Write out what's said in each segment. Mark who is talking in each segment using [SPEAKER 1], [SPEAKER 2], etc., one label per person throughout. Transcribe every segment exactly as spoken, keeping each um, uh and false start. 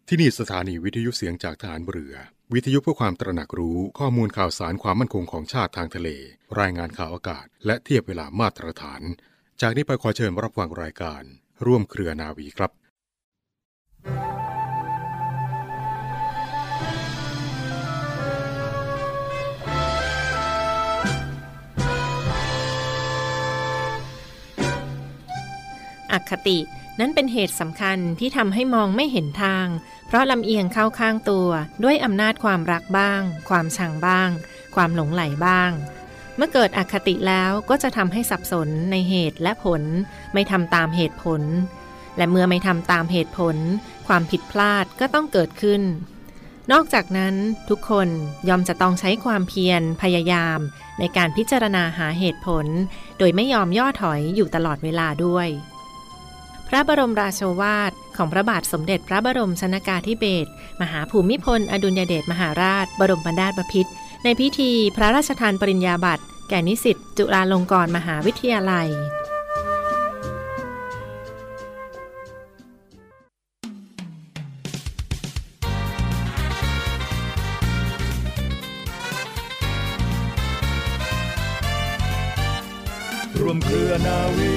[SPEAKER 1] ที่นี่สถานีวิทยุเสียงจากทหารเรือวิทยุเพื่อความตระหนักรู้ข้อมูลข่าวสารความมั่นคงของชาติทางทะเลรายงานข่าวอากาศและเทียบเวลามาตรฐานจากนี้ไปขอเชิญรับฟังรายการร่วมเครือนาวีครับ
[SPEAKER 2] อคตินั้นเป็นเหตุสำคัญที่ทำให้มองไม่เห็นทางเพราะลำเอียงเข้าข้างตัวด้วยอำนาจความรักบ้างความชังบ้างความหลงไหลบ้างเมื่อเกิดอคติแล้วก็จะทำให้สับสนในเหตุและผลไม่ทำตามเหตุผลและเมื่อไม่ทำตามเหตุผลความผิดพลาดก็ต้องเกิดขึ้นนอกจากนั้นทุกคนย่อมจะต้องใช้ความเพียรพยายามในการพิจารณาหาเหตุผลโดยไม่ยอมย่อถอยอยู่ตลอดเวลาด้วยพระบรมราโชวาทของพระบาทสมเด็จพระบรมชนกาธิเบศรมหาภูมิพลอดุลยเดชมหาราชบรมนาถบพิตรในพิธีพระราชทานปริญญาบัตรแก่นิสิตจุฬาลงกรณ์มหาวิทยาลัย
[SPEAKER 3] รวมเครือนาวี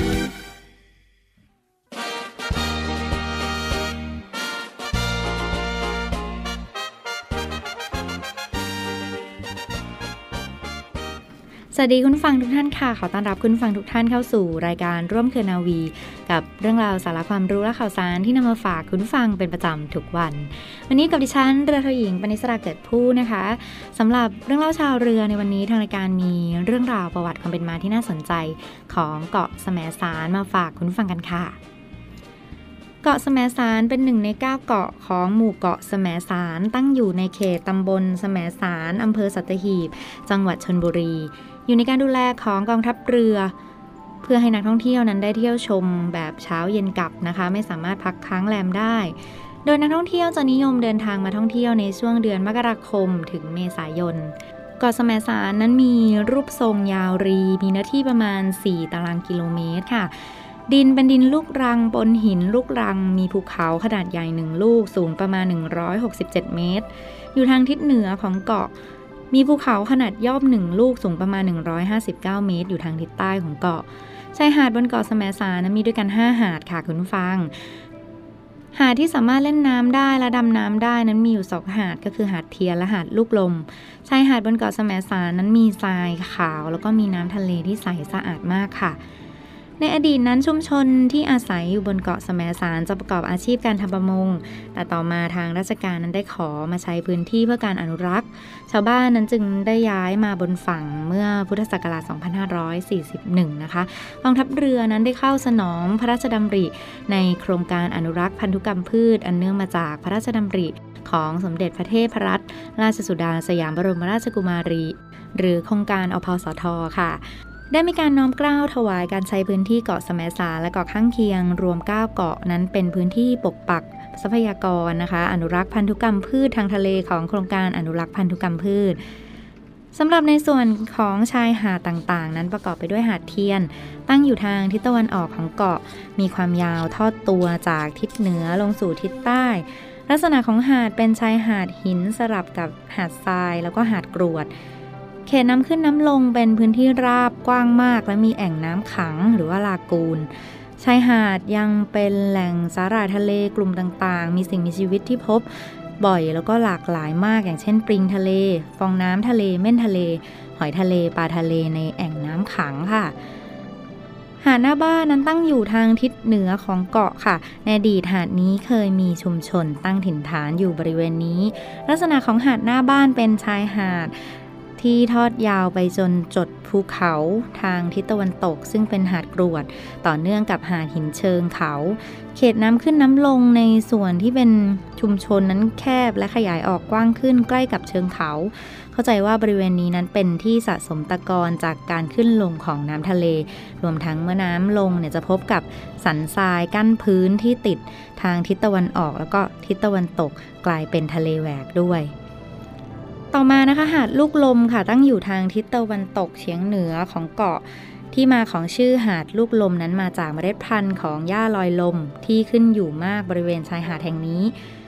[SPEAKER 4] สวัสดีคุณฟังทุกท่านค่ะขอต้อนรับคุณฟังทุกท่านเข้าสู่รายการร่วมเครือนาวีกับเรื่องราวสาระความรู้และข่าวสารที่นำมาฝากคุณฟังเป็นประจำทุกวันวันนี้กับดิฉันเรือโทหญิงปณิสราเกิดผู้นะคะสำหรับเรื่องเล่าชาวเรือในวันนี้ทางรายการมีเรื่องราวประวัติความเป็นมาที่น่าสนใจของเกาะแสมสารมาฝากคุณฟังกันค่ะเกาะแสมสารเป็นหนึ่งในเก้าเกาะของหมู่เกาะแสมสารตั้งอยู่ในเขตตำบลแสมสารอำเภอสัตหีบจังหวัดชลบุรีอยู่ในการดูแลของกองทัพเรือเพื่อให้นักท่องเที่ยวนั้นได้เที่ยวชมแบบเช้าเย็นกลับนะคะไม่สามารถพักค้างแรมได้โดยนักท่องเที่ยวจะนิยมเดินทางมาท่องเที่ยวในช่วงเดือนมกราคมถึงเมษายนเกาะแสมสารนั้นมีรูปทรงยาวรีมีเนื้อที่ประมาณสี่ตารางกิโลเมตรค่ะดินเป็นดินลูกรังบนหินลูกรังมีภูเขาขนาดใหญ่หนึ่งลูกสูงประมาณหนึ่งร้อยหกสิบเจ็ดเมตรอยู่ทางทิศเหนือของเกาะมีภูเขาขนาดย่อมหนึ่งลูกสูงประมาณหนึ่งร้อยห้าสิบเก้าเมตรอยู่ทางทิศใต้ของเกาะชายหาดบนเกาะแสมสารนั้นมีด้วยกันห้าหาดค่ะคุณผู้ฟังหาดที่สามารถเล่นน้ำได้และดำน้ำได้นั้นมีอยู่สองหาดก็คือหาดเทียนและหาดลูกลมชายหาดบนเกาะแสมสารนั้นมีทรายขาวแล้วก็มีน้ำทะเลที่ใสสะอาดมากค่ะในอดีตนั้นชุมชนที่อาศัยอยู่บนเกาะแสมสารจะประกอบอาชีพการทำประมงแต่ต่อมาทางราชการนั้นได้ขอมาใช้พื้นที่เพื่อการอนุรักษ์ชาวบ้านนั้นจึงได้ย้ายมาบนฝั่งเมื่อพุทธศักราชสองพันห้าร้อยสี่สิบเอ็ดนะคะกองทัพเรือนั้นได้เข้าสนองพระราชดำริในโครงการอนุรักษ์พันธุกรรมพืชอันเนื่องมาจากพระราชดำริของสมเด็จพระเทพรัตนราชสุดาสยามบรมราชกุมารีหรือโครงการอพสท.ค่ะได้มีการน้อมเกล้าถวายการใช้พื้นที่เกาะแสมสารและเกาะข้างเคียงรวมเก้าเกาะนั้นเป็นพื้นที่ปกปักทรัพยากรนะคะอนุรักษ์พันธุกรรมพืชทางทะเลของโครงการอนุรักษ์พันธุกรรมพืชสำหรับในส่วนของชายหาดต่างๆนั้นประกอบไปด้วยหาดเทียนตั้งอยู่ทางทิศตะวันออกของเกาะมีความยาวทอดตัวจากทิศเหนือลงสู่ทิศใต้ลักษณะของหาดเป็นชายหาดหินสลับกับหาดทรายแล้วก็หาดกรวดเขตน้ำขึ้นน้ำลงเป็นพื้นที่ราบกว้างมากและมีแอ่งน้ำขังหรือว่าลากูนชายหาดยังเป็นแหล่งสาหร่ายทะเลกลุ่มต่างๆมีสิ่งมีชีวิตที่พบบ่อยแล้วก็หลากหลายมากอย่างเช่นปลิงทะเลฟองน้ำทะเลเม่นทะเลหอยทะเลปลาทะเลในแอ่งน้ำขังค่ะหาดหน้าบ้านนั้นตั้งอยู่ทางทิศเหนือของเกาะค่ะในอดีตหาดนี้เคยมีชุมชนตั้งถิ่นฐานอยู่บริเวณนี้ลักษณะของหาดหน้าบ้านเป็นชายหาดที่ทอดยาวไปจนจดภูเขาทางทิศตะวันตกซึ่งเป็นหาดกรวดต่อเนื่องกับหาดหินเชิงเขาเขตน้ำขึ้นน้ำลงในส่วนที่เป็นชุมชนนั้นแคบและขยายออกกว้างขึ้นใกล้กับเชิงเขาเข้าใจว่าบริเวณนี้นั้นเป็นที่สะสมตะกอนจากการขึ้นลงของน้ำทะเลรวมทั้งเมื่อน้ำลงเนี่ยจะพบกับสันทรายกั้นพื้นที่ติดทางทิศตะวันออกแล้วก็ทิศตะวันตกกลายเป็นทะเลแหวกด้วยต่อมานะคะหาดลูกลมค่ะตั้งอยู่ทางทิศตะวันตกเฉียงเหนือของเกาะที่มาของชื่อหาดลูกลมนั้นมาจากเมล็ดพันธุ์ของหญ้าลอยลมที่ขึ้นอยู่มากบริเวณชายหาดแห่งนี้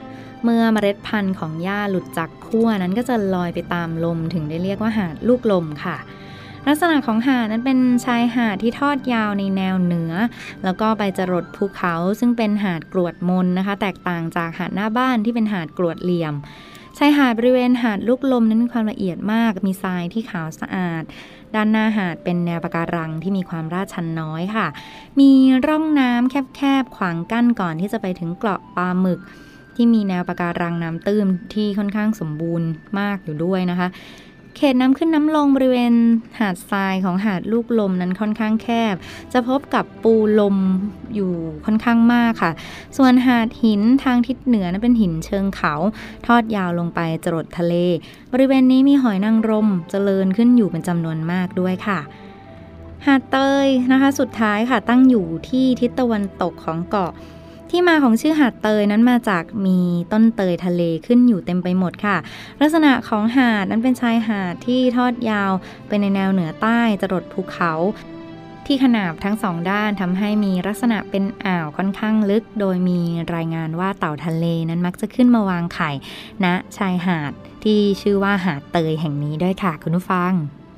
[SPEAKER 4] เมื่อเมล็ดพันธุ์ของหญ้าหลุดจากขั้วนั้นก็จะลอยไปตามลมถึงได้เรียกว่าหาดลูกลมค่ะลักษณะของหาดนั้นเป็นชายหาดที่ทอดยาวในแนวเหนือแล้วก็ไปจรดภูเขาซึ่งเป็นหาดกรวดมนนะคะแตกต่างจากหาดหน้าบ้านที่เป็นหาดกรวดเหลี่ยมชายหาดบริเวณหาดลูกลมนั้นมีความละเอียดมากมีทรายที่ขาวสะอาดด้านหน้าหาดเป็นแนวปะการังที่มีความราดชันน้อยค่ะมีร่องน้ำแคบๆขวางกั้นก่อนที่จะไปถึงเกาะปลาหมึกที่มีแนวปะการังน้ำตื้นที่ค่อนข้างสมบูรณ์มากอยู่ด้วยนะคะเขตน้ำขึ้นน้ำลงบริเวณหาดทรายของหาดลูกลมนั้นค่อนข้างแคบจะพบกับปูลมอยู่ค่อนข้างมากค่ะส่วนหาดหินทางทิศเหนือนั้นเป็นหินเชิงเขาทอดยาวลงไปจรดทะเลบริเวณนี้มีหอยนางรมเจริญขึ้นอยู่เป็นจำนวนมากด้วยค่ะหาดเตยนะคะสุดท้ายค่ะตั้งอยู่ที่ทิศตะวันตกของเกาะที่มาของชื่อหาดเตยนั้นมาจากมีต้นเตยทะเลขึ้นอยู่เต็มไปหมดค่ะลักษณะของหาดนั้นเป็นชายหาดที่ทอดยาวไปในแนวเหนือใต้จรดภูเขาที่ขนาบทั้งสองด้านทำให้มีลักษณะเป็นอ่าวค่อนข้างลึกโดยมีรายงานว่าเต่าทะเลนั้นมักจะขึ้นมาวางไข่ณชายหาดที่ชื่อว่าหาดเตยแห่งนี้ด้วยค่ะคุณผู้ฟัง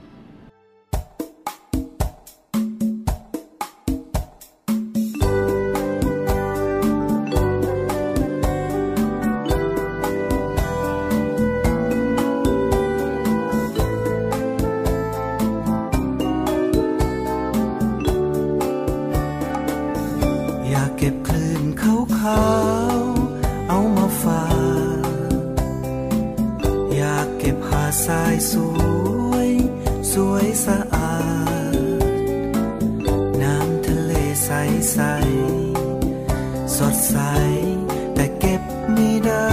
[SPEAKER 5] ทรายสวยสวยสะอาดน้ำทะเลใสใสสดใสแต่เก็บไม่ได้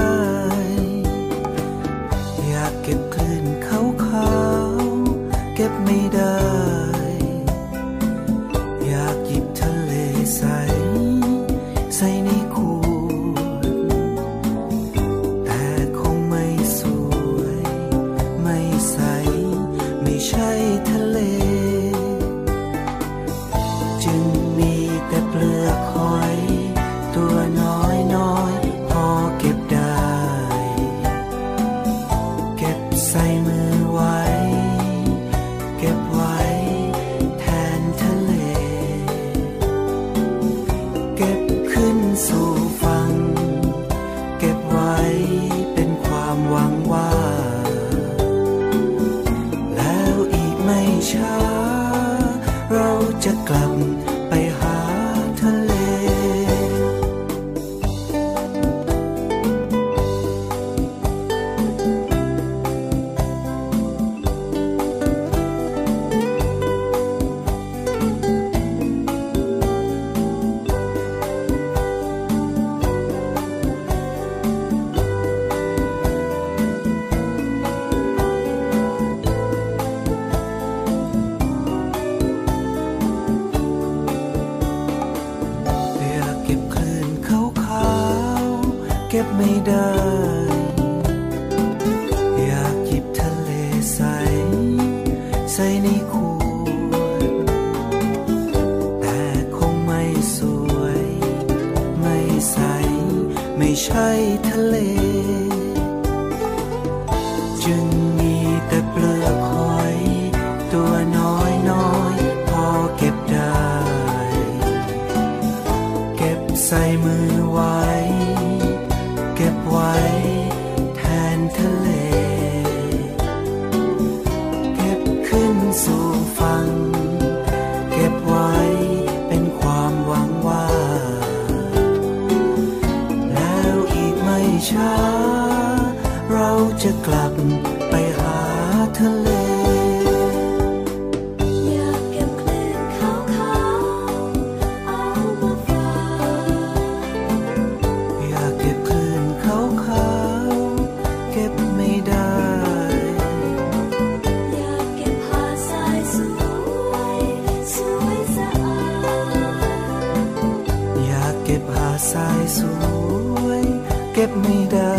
[SPEAKER 5] อยากเก็บคลื่นขาวๆเก็บไม่ได้อยากหยิบทะเลใสใส่ในขวดแต่คงไม่สวยไม่ใสไม่ใช่ทะเลจึงมีแต่เปลือกหอยตัวน้อยน้อยพอเก็บได้เก็บใส่มือไว้เก็บไว้แทนทะเลเก็บขึ้นสู่ฝั่งเก็บไว้เป็นความหวังว่าแล้วอีกไม่ช้าเราจะกลับไปหาทะเลเก็บไม่ได้อยากหยิบทะเลใสใส่ในขวดแต่คงไม่สวยไม่ใสไม่ใช่ทะเลจึงมีแต่เปลือกหอยตัวน้อยน้อยพอเก็บได้เก็บใส่มือไว้เก็บไว้แทนทะเลเก็บขึ้นสู่ฝั่งเก็บไว้เป็นความหวังว่าแล้วอีกไม่ช้าเราจะกลับไปหาทะเลทรายสวยเก็บไม่ได้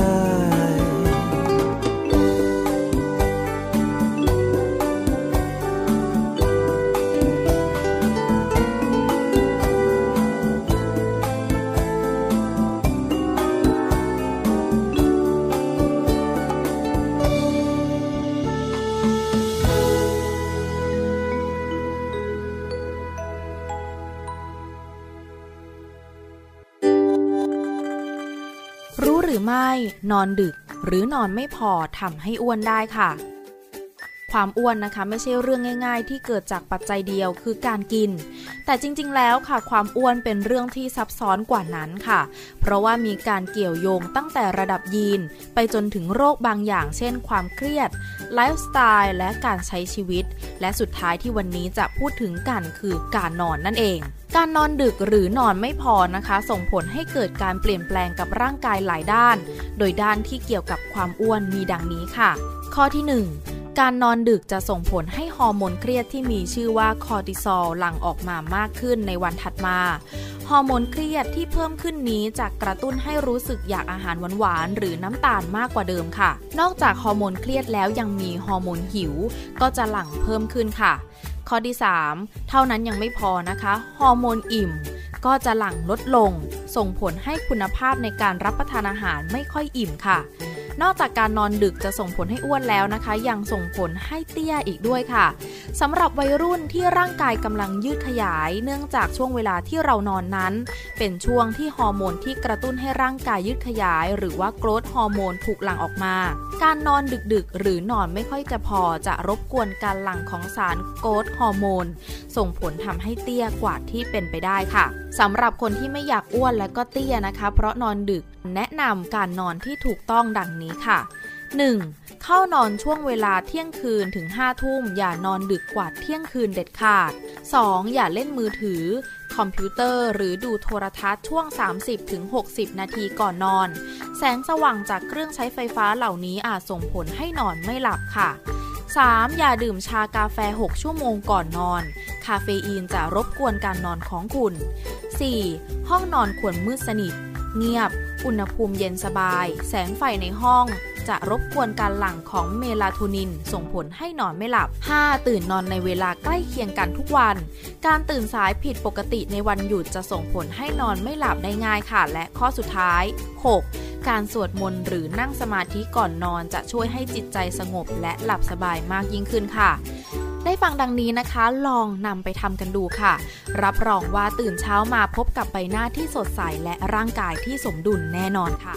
[SPEAKER 6] รือไม่นอนดึกหรือนอนไม่พอทำให้อ้วนได้ค่ะความอ้วนนะคะไม่ใช่เรื่องง่ายๆที่เกิดจากปัจจัยเดียวคือการกินแต่จริงๆแล้วค่ะความอ้วนเป็นเรื่องที่ซับซ้อนกว่านั้นค่ะเพราะว่ามีการเกี่ยวโยงตั้งแต่ระดับยีนไปจนถึงโรคบางอย่างเช่นความเครียดไลฟ์สไตล์และการใช้ชีวิตและสุดท้ายที่วันนี้จะพูดถึงกันคือการนอนนั่นเองการนอนดึกหรือนอนไม่พอนะคะส่งผลให้เกิดการเปลี่ยนแปลงกับร่างกายหลายด้านโดยด้านที่เกี่ยวกับความอ้วนมีดังนี้ค่ะข้อที่หนึ่งการนอนดึกจะส่งผลให้ฮอร์โมนเครียดที่มีชื่อว่าคอร์ติซอลหลั่งออกมามากขึ้นในวันถัดมาฮอร์โมนเครียดที่เพิ่มขึ้นนี้จะกระตุ้นให้รู้สึกอยากอาหารหวานๆหรือน้ำตาลมากกว่าเดิมค่ะนอกจากฮอร์โมนเครียดแล้วยังมีฮอร์โมนหิวก็จะหลั่งเพิ่มขึ้นค่ะข้อที่สามเท่านั้นยังไม่พอนะคะฮอร์โมนอิ่มก็จะหลั่งลดลงส่งผลให้คุณภาพในการรับประทานอาหารไม่ค่อยอิ่มค่ะนอกจากการนอนดึกจะส่งผลให้อ้วนแล้วนะคะยังส่งผลให้เตี้ยอีกด้วยค่ะสำหรับวัยรุ่นที่ร่างกายกำลังยืดขยายเนื่องจากช่วงเวลาที่เรานอนนั้นเป็นช่วงที่ฮอร์โมนที่กระตุ้นให้ร่างกายยืดขยายหรือว่าโกรทฮอร์โมนถูกหลั่งออกมาการนอนดึกๆหรือนอนไม่ค่อยจะพอจะรบกวนการหลั่งของสารโกรทฮอร์โมนส่งผลทำให้เตี้ยกว่าที่เป็นไปได้ค่ะสำหรับคนที่ไม่อยากอ้วนและก็เตี้ยนะคะเพราะนอนดึกแนะนำการนอนที่ถูกต้องดังนี้ค่ะ หนึ่ง. เข้านอนช่วงเวลาเที่ยงคืนถึงห้าทุ่มอย่านอนดึกกว่าเที่ยงคืนเด็ดขาด สอง. อย่าเล่นมือถือคอมพิวเตอร์หรือดูโทรทัศน์ช่วง สามสิบถึงหกสิบ นาทีก่อนนอนแสงสว่างจากเครื่องใช้ไฟฟ้าเหล่านี้อาจส่งผลให้นอนไม่หลับค่ะ สาม. อย่าดื่มชากาแฟหกชั่วโมงก่อนนอนคาเฟอีนจะรบกวนการนอนของคุณ สี่. ห้องนอนควรมืดสนิทเงียบอุณหภูมิเย็นสบายแสงไฟในห้องจะรบกวนการหลั่งของเมลาโทนินส่งผลให้นอนไม่หลับ ห้า. ตื่นนอนในเวลาใกล้เคียงกันทุกวันการตื่นสายผิดปกติในวันหยุดจะส่งผลให้นอนไม่หลับได้ง่ายค่ะและข้อสุดท้าย หก. การสวดมนต์หรือนั่งสมาธิก่อนนอนจะช่วยให้จิตใจสงบและหลับสบายมากยิ่งขึ้นค่ะได้ฟังดังนี้นะคะลองนำไปทำกันดูค่ะรับรองว่าตื่นเช้ามาพบกับใบหน้าที่สดใสและร่างกายที่สมดุลแน่นอนค่ะ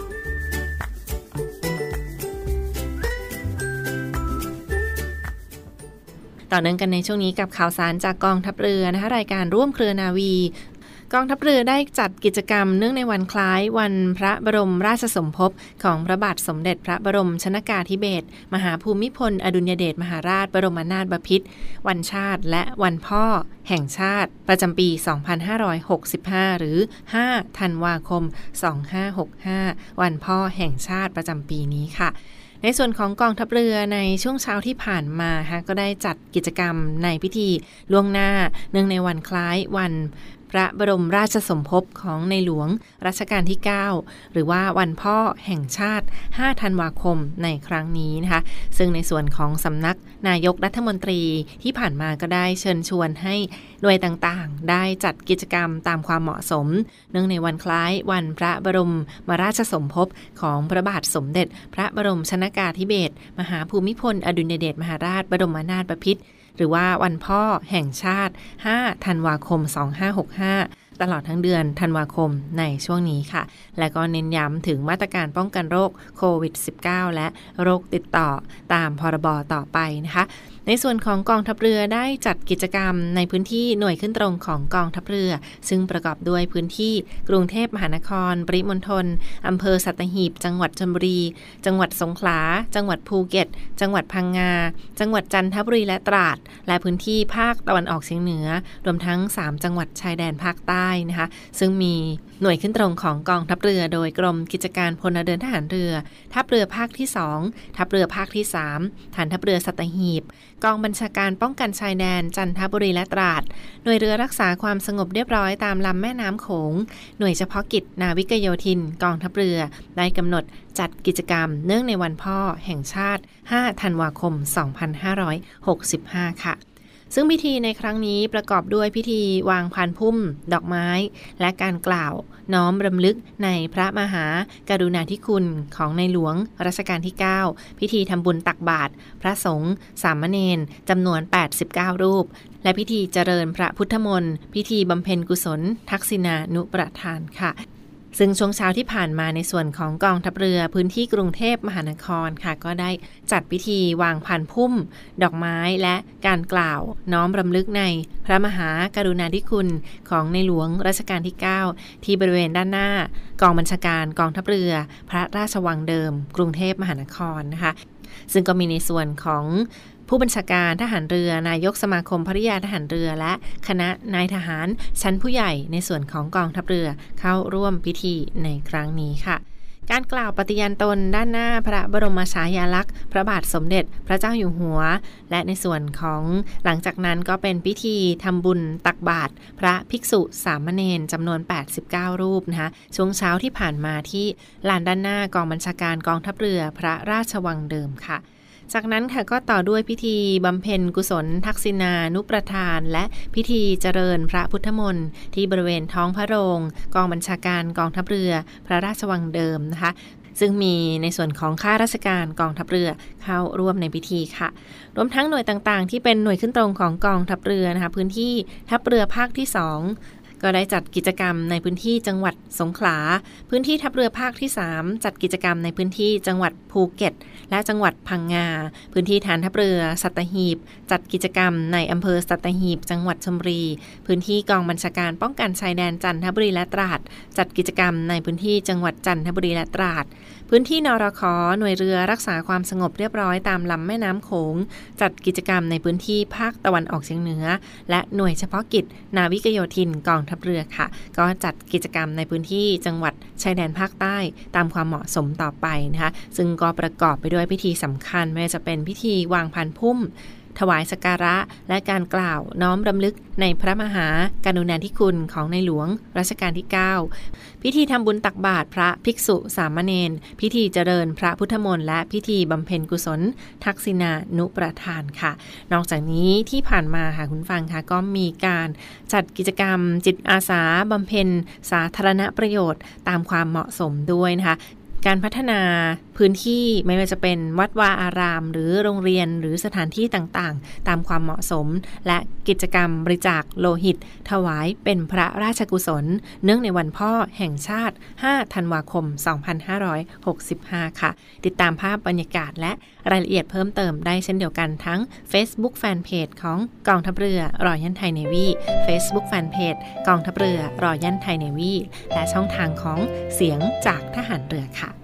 [SPEAKER 2] ต่อเนื่องกันในช่วงนี้กับข่าวสารจากกองทัพเรือนะคะรายการร่วมเครือนาวีกองทัพเรือได้จัดกิจกรรมเนื่องในวันคล้ายวันพระบรมราชสมภพของพระบาทสมเด็จพระบรมชนกาธิเบศรมหาภูมิพลอดุลยเดชมหาราชบรมนาถบพิตรวันชาติและวันพ่อแห่งชาติประจำปี สองพันห้าร้อยหกสิบห้า หรือ ห้า ธันวาคม สองพันห้าร้อยหกสิบห้า วันพ่อแห่งชาติประจำปีนี้ค่ะในส่วนของกองทัพเรือในช่วงเช้าที่ผ่านมาค่ะก็ได้จัดกิจกรรมในพิธีล่วงหน้าเนื่องในวันคล้ายวันพระบรมราชสมภพของในหลวงรัชกาลที่เก้าหรือว่าวันพ่อแห่งชาติห้าธันวาคมในครั้งนี้นะคะซึ่งในส่วนของสำนักนายกรัฐมนตรีที่ผ่านมาก็ได้เชิญชวนให้หน่วยต่างๆได้จัดกิจกรรมตามความเหมาะสมเนื่องในวันคล้ายวันพระบรมราชสมภพของพระบาทสมเด็จพระบรมชนกาธิเบศรมหาภูมิพลอดุลยเดชมหาราชบรมนาถบพิตรหรือว่าวันพ่อแห่งชาติห้าธันวาคมสองพันห้าร้อยหกสิบห้าตลอดทั้งเดือนธันวาคมในช่วงนี้ค่ะและก็เน้นย้ำถึงมาตรการป้องกันโรคโควิด สิบเก้า และโรคติดต่อตามพรบต่อไปนะคะในส่วนของกองทัพเรือได้จัดกิจกรรมในพื้นที่หน่วยขึ้นตรงของกองทัพเรือซึ่งประกอบด้วยพื้นที่กรุงเทพมหานครปริมณฑลอำเภอสัตหีบจังหวัดชลบุรีจังหวัดสงขลาจังหวัดภูเก็ตจังหวัดพังงาจังหวัดจันทบุรีและตราดและพื้นที่ภาคตะวันออกเฉียงเหนือรวมทั้งสามจังหวัดชายแดนภาคใต้นะคะซึ่งมีหน่วยขึ้นตรงของกองทัพเรือโดยกรมกิจการพลเรือนทหารเรือทัพเรือภาคที่สองทัพเรือภาคที่สามฐานทัพเรือสัตหีบกองบัญชาการป้องกันชายแดนจันทบุรีและตราดหน่วยเรือรักษาความสงบเรียบร้อยตามลำแม่น้ำโขงหน่วยเฉพาะกิจนาวิกโยธินกองทัพเรือได้กำหนดจัดกิจกรรมเนื่องในวันพ่อแห่งชาติห้าธันวาคมสองพันห้าร้อยหกสิบห้าค่ะซึ่งพิธีในครั้งนี้ประกอบด้วยพิธีวางพานพุ่มดอกไม้และการกล่าวน้อมรำลึกในพระมหากรุณาธิคุณของในหลวงรัชกาลที่เก้าพิธีทำบุญตักบาตรพระสงฆ์สามเณรจำนวนแปดสิบเก้ารูปและพิธีเจริญพระพุทธมนต์พิธีบำเพ็ญกุศลทักษิณานุประทานค่ะซึ่งช่วงเช้าที่ผ่านมาในส่วนของกองทัพเรือพื้นที่กรุงเทพมหานครค่ะก็ได้จัดพิธีวางพานพุ่มดอกไม้และการกล่าวน้อมรำลึกในพระมหากรุณาธิคุณของในหลวงรัชกาลที่เก้าที่บริเวณด้านหน้ากองบัญชาการกองทัพเรือพระราชวังเดิมกรุงเทพมหานครนะคะซึ่งก็มีในส่วนของผู้บัญชาการทหารเรือนายกสมาคมภริยาทหารเรือและคณะนายทหารชั้นผู้ใหญ่ในส่วนของกองทัพเรือเข้าร่วมพิธีในครั้งนี้ค่ะการกล่าวปฏิญาณตนด้านหน้าพระบรมฉายาลักษณ์พระบาทสมเด็จพระเจ้าอยู่หัวและในส่วนของหลังจากนั้นก็เป็นพิธีทำบุญตักบาตรพระภิกษุสามเณรจำนวนแปดสิบเก้ารูปนะคะช่วงเช้าที่ผ่านมาที่ลานด้านหน้ากองบัญชาการกองทัพเรือพระราชวังเดิมค่ะจากนั้นค่ะก็ต่อด้วยพิธีบำเพ็ญกุศลทักษิณานุประทานและพิธีเจริญพระพุทธมนต์ที่บริเวณท้องพระโรงกองบัญชาการกองทัพเรือพระราชวังเดิมนะคะซึ่งมีในส่วนของข้าราชการกองทัพเรือเข้าร่วมในพิธีค่ะรวมทั้งหน่วยต่างๆที่เป็นหน่วยขึ้นตรงของกองทัพเรือนะคะพื้นที่ทัพเรือภาคที่สองก็ได้จัดกิจกรรมในพื้นที่จังหวัดสงขลาพื้นที่ทัพเรือภาคที่สามจัดกิจกรรมในพื้นที่จังหวัดภูเก็ตและจังหวัดพังงาพื้นที่ฐานทัพเรือสัตหีบจัดกิจกรรมในอำเภอสัตหีบจังหวัดชลบุรีพื้นที่กองบัญชาการป้องกันชายแดนจันทบุรีและตราดจัดกิจกรรมในพื้นที่จังหวัดจันทบุรีและตราดพื้นที่นรข.หน่วยเรือรักษาความสงบเรียบร้อยตามลำแม่น้ำโขงจัดกิจกรรมในพื้นที่ภาคตะวันออกเฉียงเหนือและหน่วยเฉพาะกิจนาวิกโยธินกองทัพเรือค่ะก็จัดกิจกรรมในพื้นที่จังหวัดชายแดนภาคใต้ตามความเหมาะสมต่อไปนะคะซึ่งก็ประกอบไปด้วยพิธีสำคัญไม่ว่าจะเป็นพิธีวางพานพุ่มถวายสักการะและการกล่าวน้อมรำลึกในพระมหากรุณาธิคุณของในหลวงรัชกาลที่เก้าพิธีทำบุญตักบาตรพระภิกษุสามเณรพิธีเจริญพระพุทธมนต์และพิธีบำเพ็ญกุศลทักษิณานุประทานค่ะนอกจากนี้ที่ผ่านมาค่ะคุณฟังค่ะก็มีการจัดกิจกรรมจิตอาสาบำเพ็ญสาธารณประโยชน์ตามความเหมาะสมด้วยนะคะการพัฒนาพื้นที่ไม่ว่าจะเป็นวัดวาอารามหรือโรงเรียนหรือสถานที่ต่างๆตามความเหมาะสมและกิจกรรมบริจาคโลหิตถวายเป็นพระราชกุศลเนื่องในวันพ่อแห่งชาติห้าธันวาคมสองพันห้าร้อยหกสิบห้าค่ะติดตามภาพบรรยากาศและรายละเอียดเพิ่มเติมได้เช่นเดียวกันทั้ง Facebook Fanpage ของกองทัพเรือรอยัลไทยเนวี Facebook Fanpage กองทัพเรือรอยัลไทยเนวีและช่องทางของเสียงจากทหารเรือค่ะ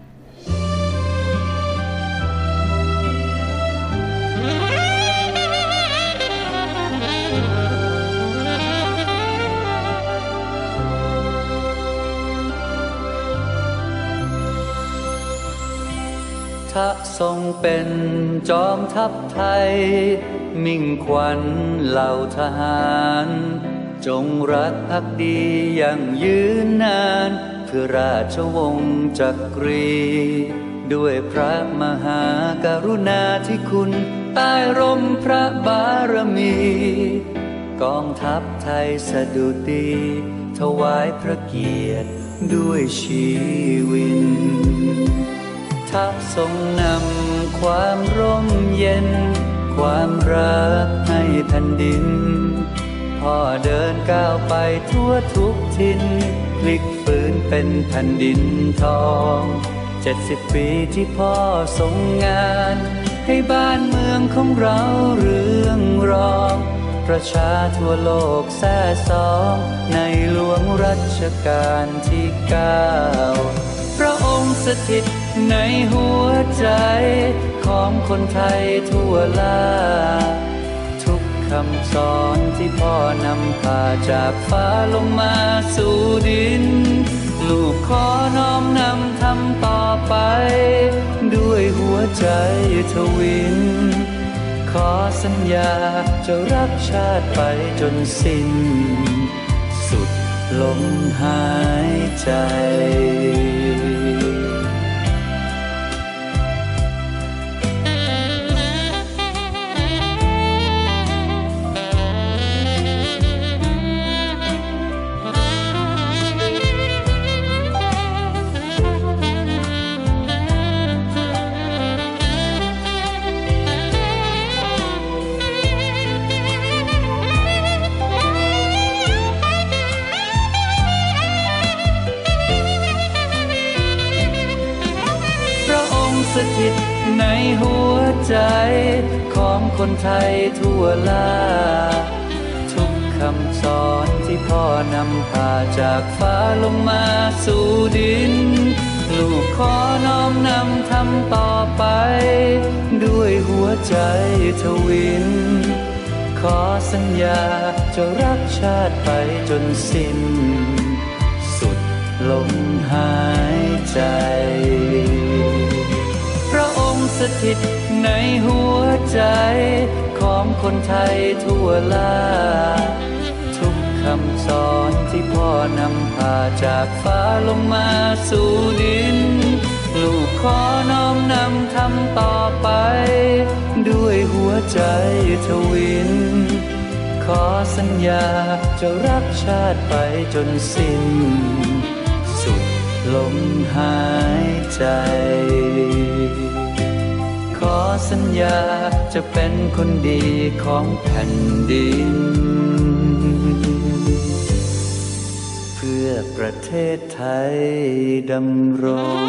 [SPEAKER 7] ถ้าทรงเป็นจอมทัพไทยมิ่งขวัญเหล่าทหารจงรักภักดีอย่างยืนนานเพื่อราชวงศ์จักรีด้วยพระมหากรุณาธิคุณใต้ร่มพระบารมีกองทัพไทยสดุดีถวายพระเกียรติด้วยชีวิตถ้าทรงนำความร่มเย็นความรักให้แผ่นดินพ่อเดินก้าวไปทั่วทุกทิศพลิกฟื้นเป็นแผ่นดินทองเจ็ดสิบปีที่พ่อทรงงานให้บ้านเมืองของเราเรืองรองประชาทั่วโลกแซ่ซ้องในหลวงรัชกาลที่เก้าพระองค์สถิตในหัวใจของคนไทยทั่วลาทุกคำสอนที่พ่อนำพาจากฟ้าลงมาสู่ดินลูกขอน้อมนำทำต่อไปด้วยหัวใจทวินขอสัญญาจะรักชาติไปจนสิ้นสุดลมหายใจใจของคนไทยทั่วลาทุกคำสอนที่พ่อนำพาจากฟ้าลงมาสู่ดินลูกขอน้อมนำทำต่อไปด้วยหัวใจทวินขอสัญญาจะรักชาติไปจนสิ้นสุดลมหายใจพระองค์สถิตในหัวใจของคนไทยทั่วลาทุกคำสอนที่พ่อนำพาจากฟ้าลงมาสู่ดินลูกขอน้อมนำทำต่อไปด้วยหัวใจทวินขอสัญญาจะรักชาติไปจนสิ้นสุดลมหายใจขอสัญญาจะเป็นคนดีของแผ่นดินเพื่อประเทศไทยดำรง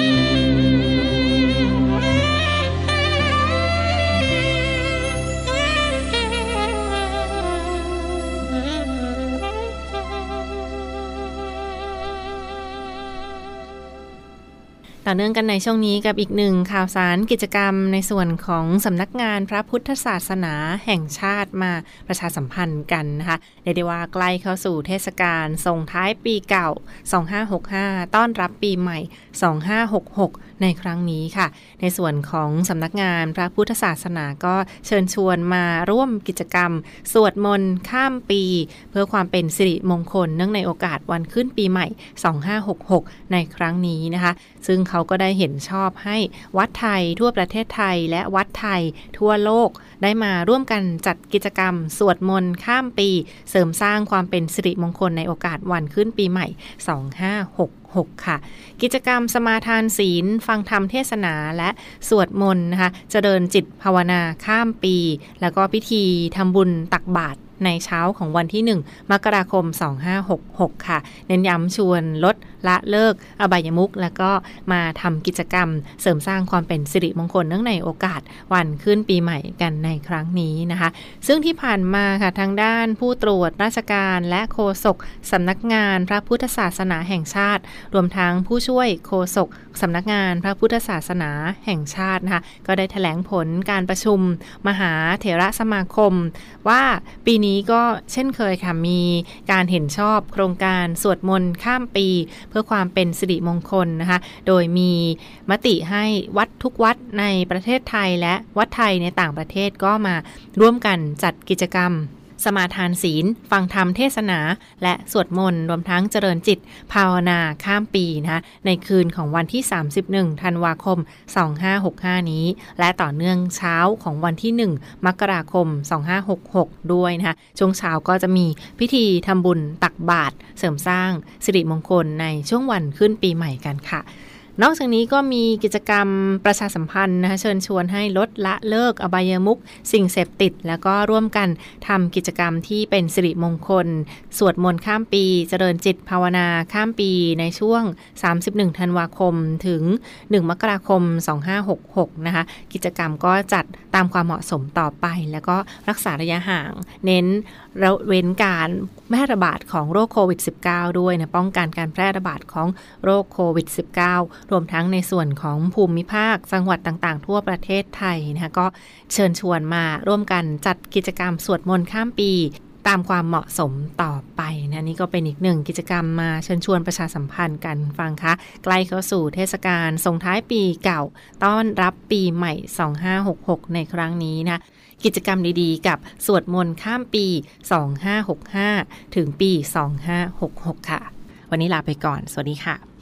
[SPEAKER 2] ต่อเนื่องกันในช่วงนี้กับอีกหนึ่งข่าวสารกิจกรรมในส่วนของสำนักงานพระพุทธศาสนาแห่งชาติมาประชาสัมพันธ์กันนะคะเรียกได้ว่าใกล้เข้าสู่เทศกาลส่งท้ายปีเก่าสองห้าหกห้าต้อนรับปีใหม่สองห้าหกหกในครั้งนี้ค่ะในส่วนของสำนักงานพระพุทธศาสนาก็เชิญชวนมาร่วมกิจกรรมสวดมนต์ข้ามปีเพื่อความเป็นสิริมงคลเนื่องในโอกาสวันขึ้นปีใหม่สองห้าหกหกในครั้งนี้นะคะซึ่งเขาก็ได้เห็นชอบให้วัดไทยทั่วประเทศไทยและวัดไทยทั่วโลกได้มาร่วมกันจัดกิจกรรมสวดมนต์ข้ามปีเสริมสร้างความเป็นสิริมงคลในโอกาสวันขึ้นปีใหม่สองห้าหกหกค่ะกิจกรรมสมาทานศีลฟังธรรมเทศนาและสวดมนต์นะคะเจริญจิตภาวนาข้ามปีแล้วก็พิธีทำบุญตักบาตรในเช้าของวันที่หนึ่งมกราคมสองห้าหกหกค่ะเน้นย้ำชวนลดละเลิกอบายมุขแล้วก็มาทำกิจกรรมเสริมสร้างความเป็นสิริมงคลเนื่องในโอกาสวันขึ้นปีใหม่กันในครั้งนี้นะคะซึ่งที่ผ่านมาค่ะทางด้านผู้ตรวจราชการและโฆษกสำนักงานพระพุทธศาสนาแห่งชาติรวมทั้งผู้ช่วยโฆษกสำนักงานพระพุทธศาสนาแห่งชาตินะคะก็ได้แถลงผลการประชุมมหาเถรสมาคมว่าปีนี้ก็เช่นเคยค่ะมีการเห็นชอบโครงการสวดมนต์ข้ามปีเพื่อความเป็นสิริมงคลนะคะโดยมีมติให้วัดทุกวัดในประเทศไทยและวัดไทยในต่างประเทศก็มาร่วมกันจัดกิจกรรมสมาทานศีลฟังธรรมเทศนาและสวดมนต์รวมทั้งเจริญจิตภาวนาข้ามปีนะคะในคืนของวันที่สามสิบเอ็ดธันวาคมสองห้าหกห้านี้และต่อเนื่องเช้าของวันที่หนึ่งมกราคมสองห้าหกหกด้วยนะคะช่วงเช้าก็จะมีพิธีทำบุญตักบาตรเสริมสร้างสิริมงคลในช่วงวันขึ้นปีใหม่กันค่ะนอกจากนี้ก็มีกิจกรรมประชาสัมพันธ์นะคะเชิญชวนให้ลดละเลิกอบายมุขสิ่งเสพติดแล้วก็ร่วมกันทำกิจกรรมที่เป็นสิริมงคลสวดมนต์ข้ามปีเจริญจิตภาวนาข้ามปีในช่วงสามสิบเอ็ดธันวาคมถึงหนึ่งมกราคมสองห้าหกหกนะคะกิจกรรมก็จัดตามความเหมาะสมต่อไปแล้วก็รักษาระยะห่างเน้นเว้นการแพร่ระบาดของโรคโควิด สิบเก้า ด้วยนะป้องกันการแพร่ระบาดของโรคโควิด สิบเก้ารวมทั้งในส่วนของภูมิภาคจังหวัดต่างๆทั่วประเทศไทยนะคะก็เชิญชวนมาร่วมกันจัดกิจกรรมสวดมนต์ข้ามปีตามความเหมาะสมต่อไปนะนี่ก็เป็นอีกหนึ่งกิจกรรมมาเชิญชวนประชาสัมพันธ์กันฟังคะใกล้เข้าสู่เทศกาลส่งท้ายปีเก่าต้อนรับปีใหม่สองห้าหกหกในครั้งนี้นะกิจกรรมดีๆกับสวดมนต์ข้ามปีสองห้าหกห้าถึงปีสองห้าหกหกค่ะวันนี้ลาไปก่อนสวัสดีค่ะ